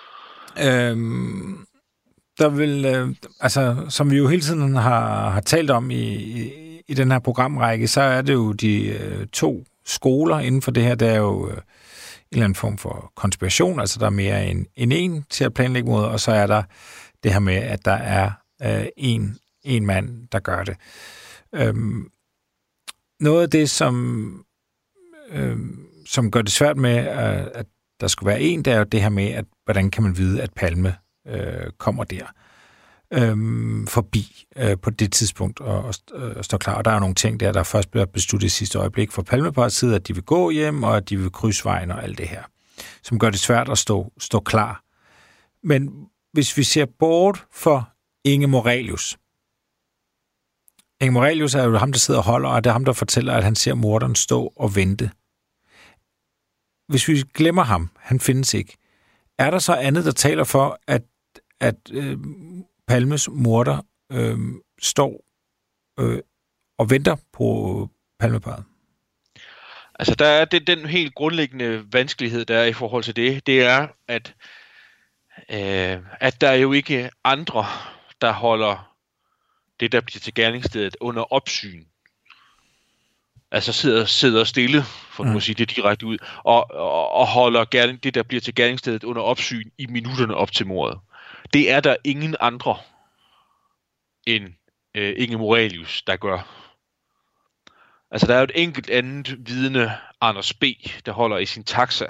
Øhm, der vil, øh, altså, som vi jo hele tiden har, har talt om i, i, i den her programrække, så er det jo de øh, to skoler inden for det her. Der er jo øh, en eller anden form for konspiration, altså der er mere end en, en til at planlægge mod, og så er der det her med, at der er øh, en, en mand, der gør det. Øhm, noget af det, som... Øh, som gør det svært med, at der skulle være en, det er jo det her med, at hvordan kan man vide, at Palme øh, kommer der. øhm, forbi øh, på det tidspunkt og, og, og står klar. Og der er nogle ting der, der først bliver besluttet i sidste øjeblik fra Palmeparets side, at de vil gå hjem, og at de vil krydse vejen og alt det her, som gør det svært at stå, stå klar. Men hvis vi ser bort for Inge Morelius. Inge Morelius er jo ham, der sidder og holder, og det er ham, der fortæller, at han ser morderen stå og vente. Hvis vi glemmer ham, han findes ikke, er der så andet, der taler for, at, at øh, Palmes morder øh, står øh, og venter på Palmeparret? Altså, der er det, den helt grundlæggende vanskelighed, der er i forhold til det, det er, at, øh, at der er jo ikke andre, der holder det, der bliver til gerningsstedet, under opsyn. Altså sidder, sidder stille, for nu at sige det direkte ud, og, og, og holder gerning, det, der bliver til gerningsstedet, under opsyn i minutterne op til mordet. Det er der ingen andre end øh, Inge Morelius, der gør. Altså, der er jo et enkelt andet vidne, Anders B., der holder i sin taxa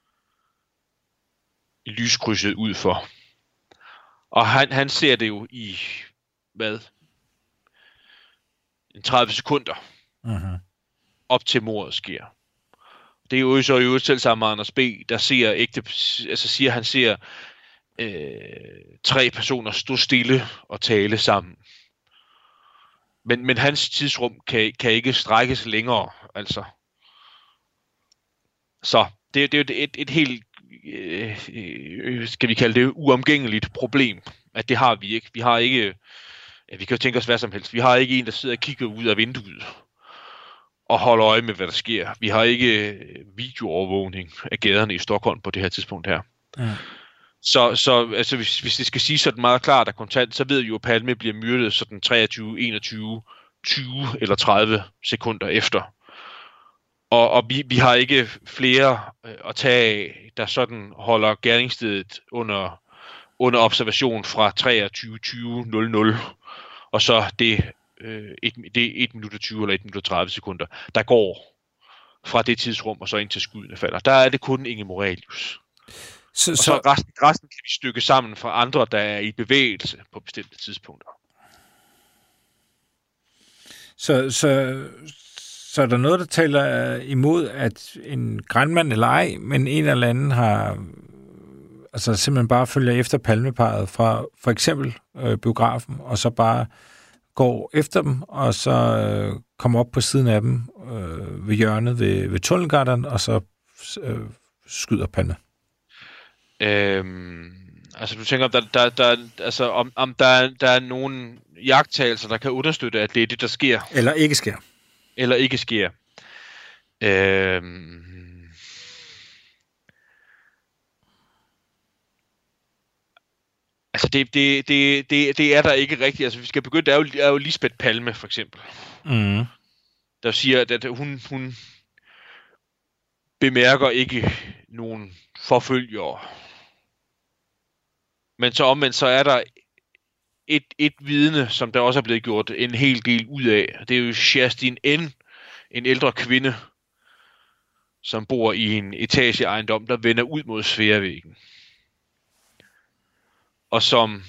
i lyskrydset ud for. Og han, han ser det jo i, hvad? tredive sekunder. Uh-huh. Op til mordet sker. Det er jo så jo selv sammen med Anders B., der ser ægte, altså siger, han ser øh, tre personer stå stille og tale sammen. Men, men hans tidsrum kan, kan ikke strækkes længere, altså. Så det, det er jo et, et helt, øh, skal vi kalde det, uomgængeligt problem, at det har vi ikke. Vi har ikke, vi kan jo tænke os hvad som helst. Vi har ikke en, der sidder og kigger ud af vinduet og holder øje med, hvad der sker. Vi har ikke videoovervågning af gaderne i Stockholm på det her tidspunkt her. Ja. Så, så altså, hvis, hvis det skal sige sådan meget klart og kontant, så ved vi jo, at Palme bliver myrdet sådan treogtyve, enogtyve, tyve eller tredive sekunder efter. Og, og vi, vi har ikke flere øh, at tage af, der sådan holder gerningsstedet under, under observation fra treogtyve tyve nul nul, og så det, øh, et, det et minut og tyve eller et minut og tredive sekunder, der går fra det tidsrum og så ind til skuddene falder. Der er det kun Inge Morelius. Så, og så, så resten, resten kan vi stykke sammen fra andre, der er i bevægelse på bestemte tidspunkter. Så, så, så er der noget, der taler imod, at en grandmand eller ej, men en eller anden har altså simpelthen bare følger efter Palmeparret fra for eksempel øh, biografen, og så bare går efter dem, og så øh, kommer op på siden af dem øh, ved hjørnet ved, ved tunnelgatteren, og så øh, skyder Palme. Øhm, altså du tænker, om der, der, der, altså, om, om der, der er nogle jagttagelser, der kan understøtte, at det er det, der sker. Eller ikke sker. Eller ikke sker. Øhm, altså det, det, det, det, det er der ikke rigtigt. Altså vi skal begynde, der er jo, er jo Lisbeth Palme for eksempel. Mm. Der siger, at hun, hun bemærker ikke nogen forfølgere. Men så omvendt, så er der et, et vidne, som der også er blevet gjort en hel del ud af. Det er jo Kerstin N., en ældre kvinde, som bor i en etageejendom, der vender ud mod Sværvæggen. Og som...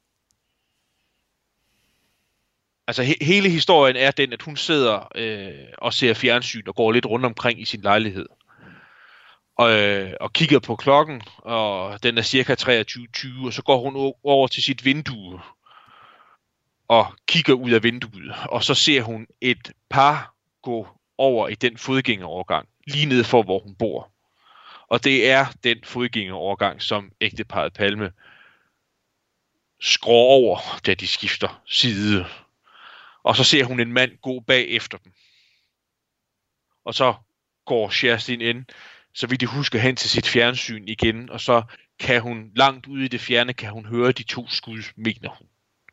Altså he- hele historien er den, at hun sidder øh, og ser fjernsyn og går lidt rundt omkring i sin lejlighed. Og, øh, og kigger på klokken, og den er cirka treogtyve tyve, og så går hun over til sit vindue og kigger ud af vinduet, og så ser hun et par gå over i den fodgængerovergang, lige nede for, hvor hun bor. Og det er den fodgængerovergang, som ægteparret Palme skråer over, da de skifter side. Og så ser hun en mand gå bag efter dem. Og så går Kerstin N., så vidt jeg husker, hen til sit fjernsyn igen, og så kan hun langt ude i det fjerne, kan hun høre de to skud, mener hun.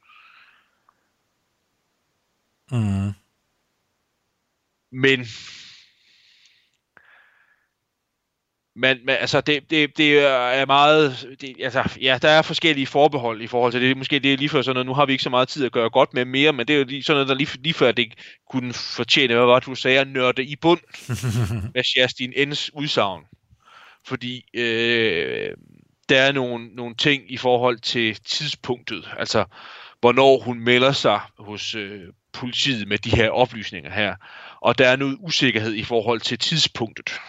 Mm. Men, men, men altså, det, det, det er meget, det, altså, ja, der er forskellige forbehold i forhold til det. Måske det er lige før sådan noget, nu har vi ikke så meget tid at gøre godt med mere, men det er jo lige sådan noget, der lige, lige før det kunne fortjene, hvad var det, du sagde, at nørde i bund med Kerstin N's udsagn. Fordi øh, der er nogle, nogle ting i forhold til tidspunktet, altså hvornår hun melder sig hos øh, politiet med de her oplysninger her. Og der er noget usikkerhed i forhold til tidspunktet.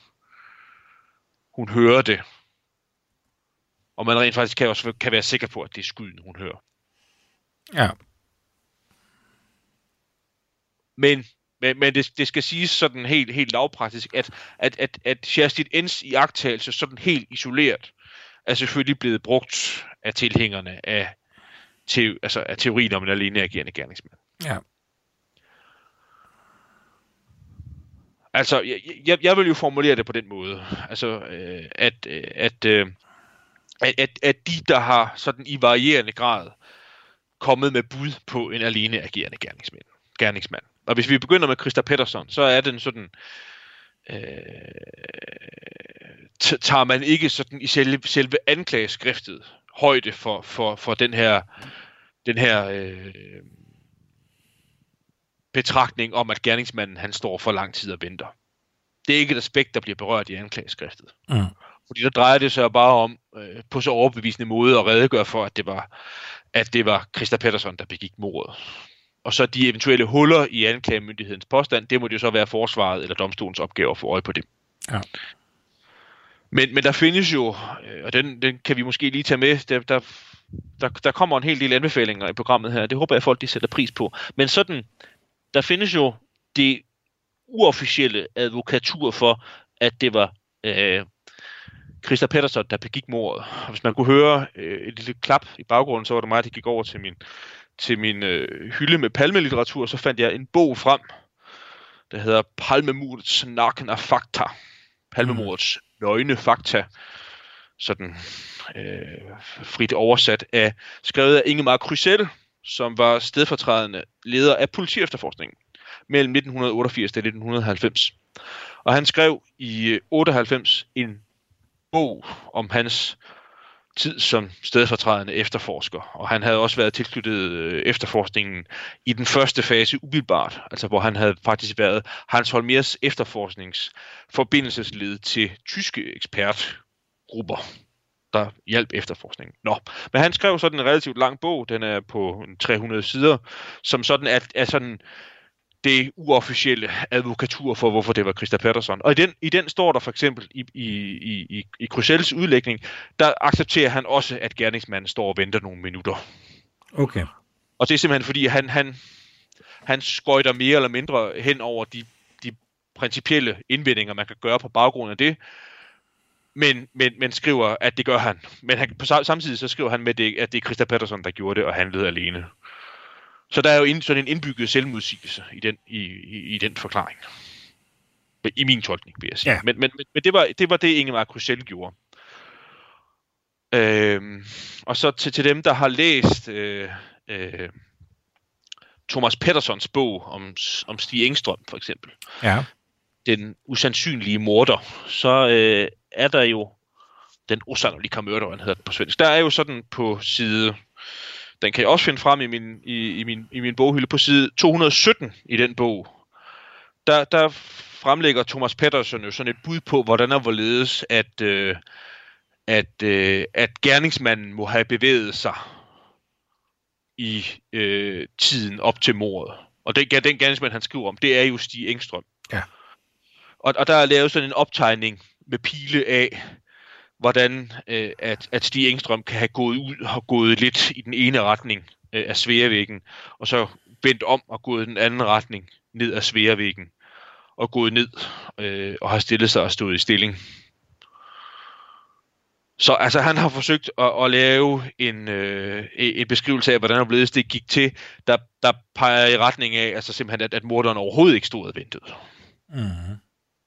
Hun hører det. Og man rent faktisk kan også kan være sikker på, at det er skuden, hun hører. Ja. Men, men, men det, det skal siges sådan helt, helt lavpraktisk, at, at, at, at Shersted Ends iagttagelse sådan helt isoleret er selvfølgelig blevet brugt af tilhængerne af, te, altså af teorien om en alene agerende gerningsmand. Ja. Altså, jeg, jeg, jeg vil jo formulere det på den måde, altså, øh, at, at, øh, at, at, at de, der har sådan i varierende grad kommet med bud på en alene agerende gerningsmand. gerningsmand. Og hvis vi begynder med Christa Pettersson, så er den sådan, øh, t- tager man ikke sådan i selve, selve anklageskriftet højde for, for, for den her, den her øh, betragtning om, at gerningsmanden han står for lang tid og venter. Det er ikke et aspekt, der bliver berørt i anklageskriftet. Mm. Fordi der drejer det sig bare om, øh, på så overbevisende måde, at redegøre for, at det var, at det var Christa Pettersson, der begik mordet. Og så de eventuelle huller i anklagemyndighedens påstand, det må det jo så være forsvaret eller domstolens opgave at få øje på dem. Ja. Men, men der findes jo, og den, den kan vi måske lige tage med, der, der, der, der kommer en hel del anbefalinger i programmet her, det håber jeg, at folk de sætter pris på. Men sådan, der findes jo det uofficielle advokatur for, at det var øh, Christa Pettersson, der begik mordet. Og hvis man kunne høre øh, et lille klap i baggrunden, så var det mig, der gik over til min til min øh, hylde med palmelitteratur, så fandt jeg en bog frem, der hedder Palmemordets nakne fakta. Palmemordets nøgne fakta. Sådan øh, frit oversat af, skrevet af Ingemar Krysell, som var stedfortrædende leder af politiefterforskningen mellem nitten otteogfirs til nitten halvfems. Og han skrev i otteoghalvfems en bog om hans tid som stedfortrædende efterforsker, og han havde også været tilknyttet øh, efterforskningen i den første fase umiddelbart, altså hvor han havde faktisk været Hans Holmers efterforskningsforbindelsesled til tyske ekspertgrupper, der hjalp efterforskningen. Nå, men han skrev sådan en relativt lang bog, den er på tre hundrede sider, som sådan er, er sådan det uofficielle advokatur for, hvorfor det var Christa Pettersson. Og i den, i den står der for eksempel i, i, i, i Krysells udlægning, der accepterer han også, at gerningsmanden står og venter nogle minutter. Okay. Og det er simpelthen fordi, han, han, han skøjter mere eller mindre hen over de, de principielle indvendinger, man kan gøre på baggrund af det, men, men, men skriver, at det gør han. Men han, på, samtidig så skriver han med, det, at det er Christa Pettersson, der gjorde det og handlede alene. Så der er jo sådan en indbygget selvmodsigelse i den, i, i, i den forklaring. I min tolkning, vil jeg sige. Ja. Men, men, men det, var, det var det, Ingemar Krysell gjorde. Øhm, og så til, til dem, der har læst øh, øh, Thomas Petterssons bog om, om Stig Engstrøm, for eksempel. Ja. Den usandsynlige morder. Så øh, er der jo den osannolika mørderen, hedder den på svensk. Der er jo sådan på side... Den kan jeg også finde frem i min, i, i min, i min boghylde på side to hundrede sytten i den bog. Der, der fremlægger Thomas Pettersson jo sådan et bud på, hvordan og hvorledes, at, øh, at, øh, at gerningsmanden må have bevæget sig i øh, tiden op til mordet. Og den, den gerningsmand, han skriver om, det er jo Stig Engstrøm. Ja. Og, og der er lavet sådan en optegning med pile af, hvordan øh, at, at Stig Engstrøm kan have gået ud og gået lidt i den ene retning øh, af Sveavæggen, og så vendt om og gået i den anden retning ned ad Sveavæggen, og gået ned øh, og har stillet sig og stået i stilling. Så altså, han har forsøgt at, at lave en, øh, en beskrivelse af, hvordan det, det gik til, der, der peger i retning af, altså simpelthen, at, at morderen overhovedet ikke stod og ventede. Mm-hmm.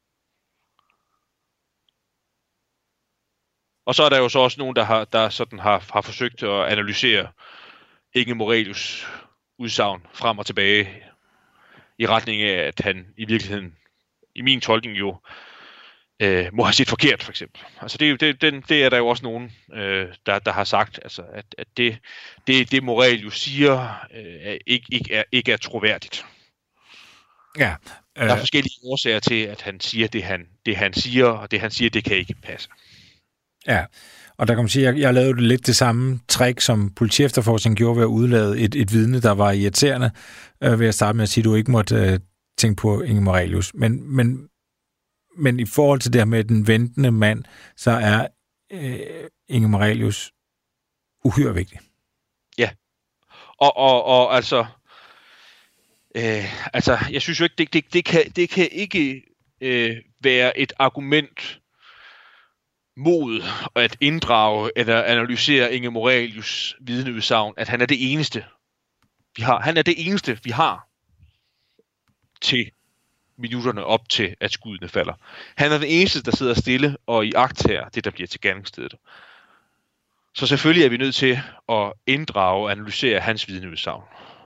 Og så er der jo så også nogen, der har, der sådan har, har forsøgt at analysere Inge Morelius udsagn frem og tilbage i retning af, at han i virkeligheden, i min tolkning jo, øh, må have set forkert, for eksempel. Altså det, det, den, det er der jo også nogen, øh, der, der har sagt, altså, at, at det, det, det Morelius siger, øh, ikke, ikke, er, ikke er troværdigt. Ja. Øh... Der er forskellige årsager til, at han siger det han, det, han siger, og det, han siger, det kan ikke passe. Ja, Og der kan man sige, at jeg, jeg lavede lidt det samme trick, som politiefterforskningen gjorde ved at udlade et, et vidne, der var irriterende, øh, ved at starte med at sige, at du ikke måtte øh, tænke på Inge Morelius. Men, men, men i forhold til det her med den ventende mand, så er øh, Inge Morelius uhyre vigtig. Ja. Og, og, og altså, øh, altså, jeg synes jo ikke, det, det, det, kan, det kan ikke øh, være et argument mod at inddrage eller analysere Inge Morelius vidneudsagn, at han er det eneste, vi har. Han er det eneste, vi har til minutterne op til, at skuddene falder. Han er den eneste, der sidder stille og iagttager det, der bliver til gerningsstedet. Så selvfølgelig er vi nødt til at inddrage og analysere hans vidneudsagn.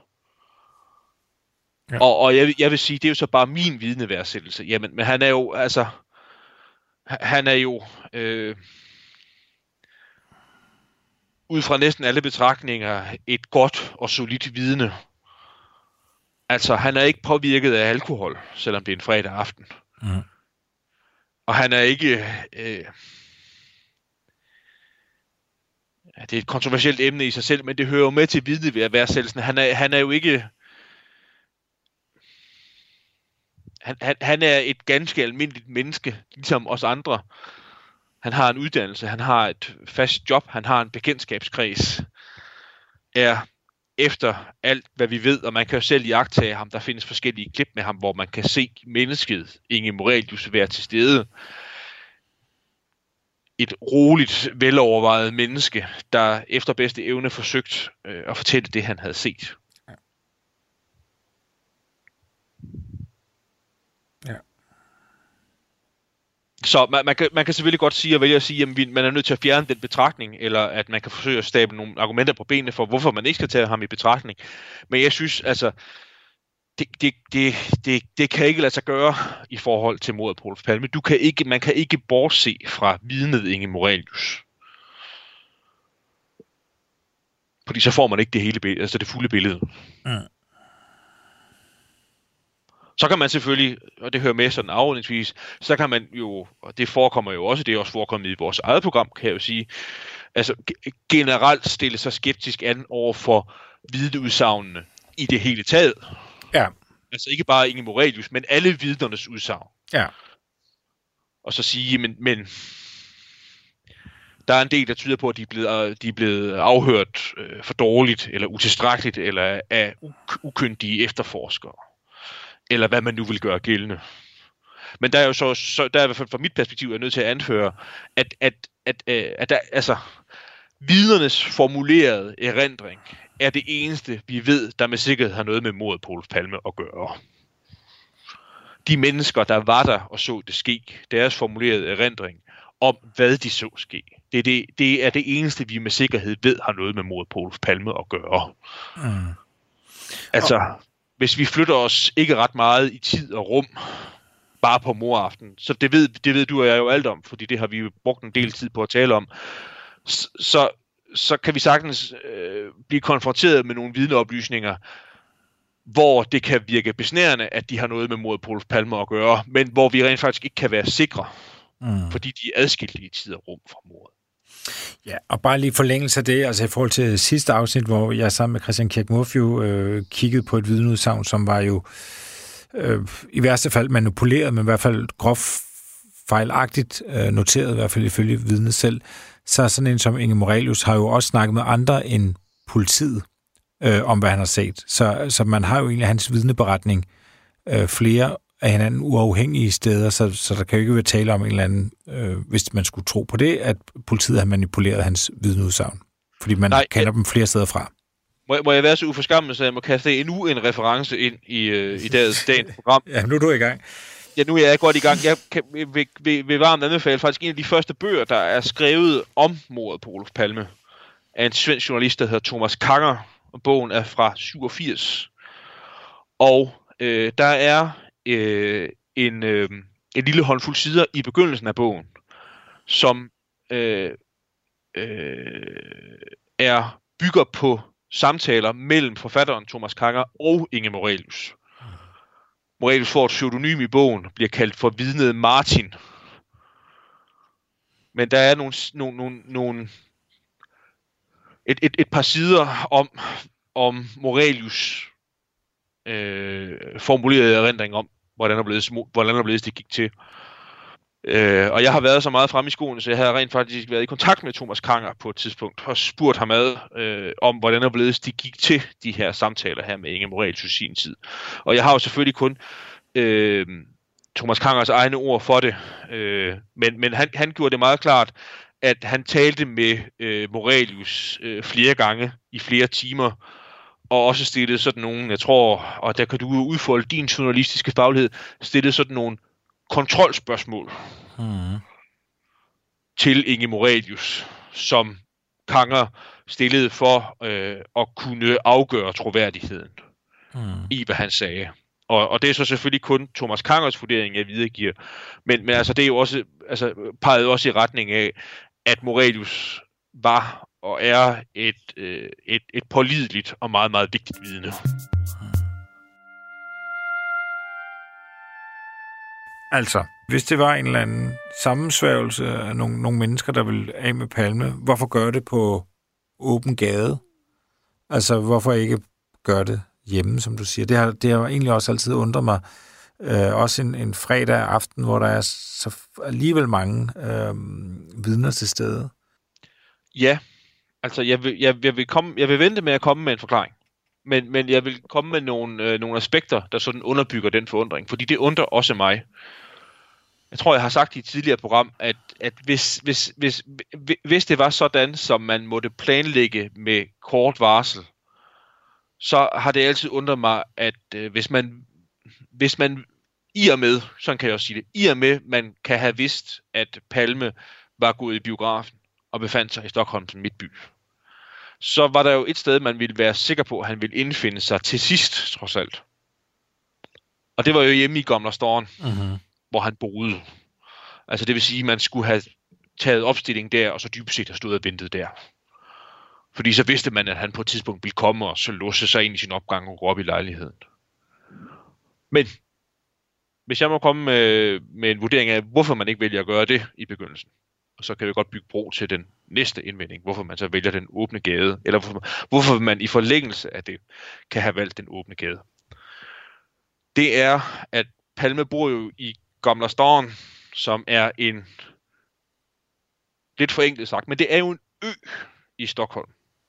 Ja. Og, og jeg, jeg vil sige, det er jo så bare min vidneværdsættelse. Jamen, men han er jo, altså, han er jo, øh, ud fra næsten alle betragtninger, et godt og solidt vidne. Altså, han er ikke påvirket af alkohol, selvom det er en fredag aften. Mm. Og han er ikke, øh, det er et kontroversielt emne i sig selv, men det hører jo med til vidneværdsættelsen. Han er, han er jo ikke, Han, han, han er et ganske almindeligt menneske, ligesom os andre. Han har en uddannelse, han har et fast job, han har en bekendtskabskreds. Er efter alt, hvad vi ved, og man kan jo selv iagttage ham, der findes forskellige klip med ham, hvor man kan se mennesket, Inge Morelius, være til stede. Et roligt, velovervejet menneske, der efter bedste evne forsøgt øh, at fortælle det, han havde set. Så man, man, kan, man kan selvfølgelig godt sige og vælge at sige, at man er nødt til at fjerne den betragtning, eller at man kan forsøge at stable nogle argumenter på benene for, hvorfor man ikke skal tage ham i betragtning. Men jeg synes, altså, det, det, det, det, det kan ikke lade sig gøre i forhold til mordet på Olof Palme. Du kan ikke, man kan ikke bortse fra vidnet Inge Morelius. Fordi så får man ikke det hele billede, altså det fulde billede. Mm. Så kan man selvfølgelig, og det hører med sådan afrundingsvis, så kan man jo, og det forekommer jo også, det er også forekommet i vores eget program, kan jeg jo sige, altså generelt stille sig skeptisk an over for vidneudsagnene i det hele taget. Ja. Altså ikke bare Inge Morelius, men alle vidnernes udsagn. Ja. Og så sige, men, men der er en del, der tyder på, at de er blevet, de er blevet afhørt øh, for dårligt, eller utilstrækkeligt, eller af uk- ukyndige efterforskere. Eller hvad man nu vil gøre gældende. Men der er jo så, så der er i hvert fald fra mit perspektiv, er nødt til at anføre, at, at, at, at, at der, altså, vidnernes formulerede erindring er det eneste, vi ved, der med sikkerhed har noget med mordet på Olof Palme at gøre. De mennesker, der var der og så det ske, deres formulerede erindring om, hvad de så ske, det er det, det er det eneste, vi med sikkerhed ved, har noget med mordet på Olof Palme at gøre. Mm. Altså... Og hvis vi flytter os ikke ret meget i tid og rum, bare på moraften, så det ved, det ved du og jeg jo alt om, fordi det har vi jo brugt en del tid på at tale om, så, så kan vi sagtens øh, blive konfronteret med nogle vidneoplysninger, hvor det kan virke besnærende, at de har noget med mordet på Olof Palme at gøre, men hvor vi rent faktisk ikke kan være sikre, mm. fordi de er adskilte i tid og rum fra mordet. Ja, og bare lige forlængelse af det, altså i forhold til sidste afsnit, hvor jeg sammen med Christian Kirk Muffio øh, kiggede på et vidneudsagn, som var jo øh, i værste fald manipuleret, men i hvert fald groft fejlagtigt øh, noteret, i hvert fald ifølge vidnet selv, så sådan en som Inge Morelius har jo også snakket med andre end politiet øh, om, hvad han har set. Så, så man har jo egentlig hans vidneberetning øh, flere af hinanden uafhængige steder, så, så der kan jo ikke være tale om en eller anden, øh, hvis man skulle tro på det, at politiet har manipuleret hans vidneudsagn. Fordi man Nej, kender jeg, dem flere steder fra. Må, må jeg være så uforskammet, så jeg må kaste endnu en reference ind i, øh, i dagens, dagens program? Ja, nu er du i gang. Ja, nu er jeg godt i gang. Jeg kan, vil, vil, vil varmt anbefale faktisk en af de første bøger, der er skrevet om mordet på Olof Palme, af en svensk journalist, der hedder Thomas Kanger, og bogen er fra syvogfirs. Og øh, der er øh, en, øh, en lille håndfuld sider i begyndelsen af bogen, som øh, øh, er bygger på samtaler mellem forfatteren Thomas Kanger og Inge Morelius. Morelius får et pseudonym i bogen, bliver kaldt for vidnet Martin. Men der er nogle, nogle, nogle, nogle et, et, et par sider om, om Morelius øh, formulerede erindring om, hvordan der blev, hvordan der blev det gik til. Øh, og jeg har været så meget fremme i skolen, så jeg har rent faktisk været i kontakt med Thomas Kanger på et tidspunkt, og spurgt ham ad, øh, om, hvordan der blev det gik til de her samtaler her med Inge Morelius i sin tid. Og jeg har jo selvfølgelig kun øh, Thomas Kangers egne ord for det, øh, men, men han, han gjorde det meget klart, at han talte med øh, Morelius øh, flere gange i flere timer, og også stillede sådan nogle, jeg tror, og der kan du udfolde din journalistiske faglighed, stillede sådan nogle kontrolspørgsmål hmm. til Inge Morelius, som Kanger stillede for øh, at kunne afgøre troværdigheden hmm. i, hvad han sagde. Og, og det er så selvfølgelig kun Thomas Kangers vurdering, jeg videregiver. Men, men altså, det er jo også, altså, peget også i retning af, at Morelius var og er et, øh, et, et pålideligt og meget, meget vigtigt vidne. Altså, hvis det var en eller anden sammensværgelse af nogle, nogle mennesker, der ville af med Palme, hvorfor gør det på åben gade? Altså, hvorfor ikke gøre det hjemme, som du siger? Det har, det har egentlig også altid undret mig. Øh, også en, en fredag aften, hvor der er så alligevel mange øh, vidner til stede. Ja, altså jeg vil, jeg, jeg, vil komme, jeg vil vente med at komme med en forklaring. Men, men jeg vil komme med nogle, øh, nogle aspekter, der sådan underbygger den forundring. Fordi det undrer også mig. Jeg tror, jeg har sagt i et tidligere program, at, at hvis, hvis, hvis, hvis det var sådan, som man måtte planlægge med kort varsel, så har det altid undret mig, at øh, hvis man hvis man i og med, sådan kan jeg også sige det, i og med, man kan have vidst, at Palme var gået i biografen og befandt sig i Stockholm som midtby, så var der jo et sted, man ville være sikker på, at han ville indfinde sig til sidst, trods alt. Og det var jo hjemme i Gamla Stan, mm-hmm. hvor han boede. Altså det vil sige, at man skulle have taget opstilling der, og så dybest set have stået og ventet der. Fordi så vidste man, at han på et tidspunkt ville komme og så låse sig ind i sin opgang og gå op i lejligheden. Men hvis jeg må komme med, med en vurdering af, hvorfor man ikke vælger at gøre det i begyndelsen, og så kan vi godt bygge bro til den næste indvending, hvorfor man så vælger den åbne gade, eller hvorfor, hvorfor man i forlængelse af det kan have valgt den åbne gade. Det er, at Palme bor jo i Gamla Stan, som er en, lidt forenklet sagt, men det er jo en ø i Stockholm.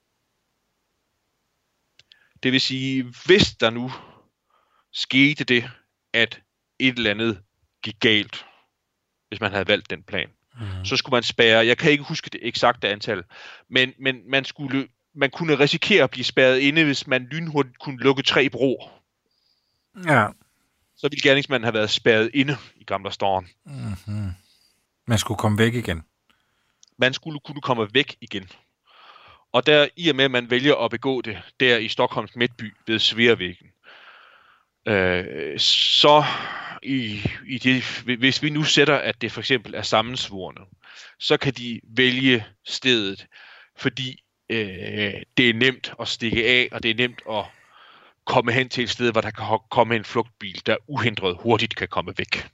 Det vil sige, hvis der nu skete det, at et eller andet gik galt, hvis man havde valgt den plan, mm. så skulle man spærre, jeg kan ikke huske det eksakte antal, men, men man, skulle, man kunne risikere at blive spærret inde, hvis man lynhurtigt kunne lukke tre broer. Ja. Så ville gerningsmanden have været spærret inde i Gamla Stan. Mm-hmm. Man skulle komme væk igen. Man skulle kunne komme væk igen. Og der, i og med, at man vælger at begå det der i Stockholms midtby ved Sveavägen, øh, så i, i det, hvis vi nu sætter, at det for eksempel er sammensvorne, så kan de vælge stedet, fordi øh, det er nemt at stikke af, og det er nemt at komme hen til et sted, hvor der kan komme en flugtbil, der uhindret hurtigt kan komme væk.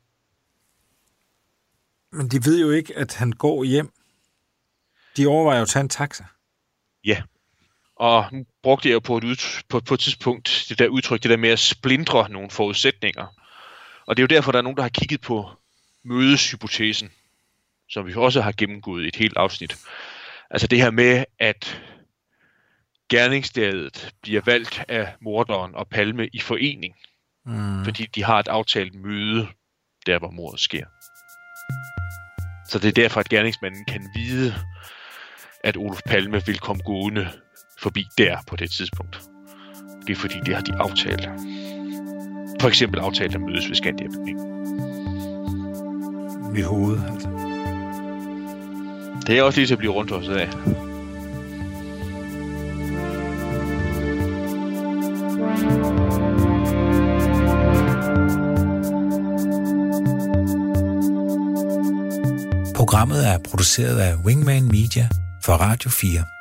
Men de ved jo ikke, at han går hjem. De overvejer jo at tage en taxa. Ja, og nu brugte jeg jo på et, ud, på, på et tidspunkt det der udtryk, det der med at splindre nogle forudsætninger. Og det er jo derfor, der er nogen, der har kigget på mødeshypotesen, som vi også har gennemgået i et helt afsnit. Altså det her med, at gerningsstedet bliver valgt af morderen og Palme i forening, mm. fordi de har et aftalt møde, der hvor mordet sker. Så det er derfor, at gerningsmanden kan vide, at Olof Palme vil komme gående forbi der på det tidspunkt. Det er fordi, det har de aftalt. For eksempel aftalt at mødes ved Skandia-bygningen. Ved hovedet, altså. Det er også lige til at blive rundt også af. Programmet er produceret af Wingman Media for Radio fire.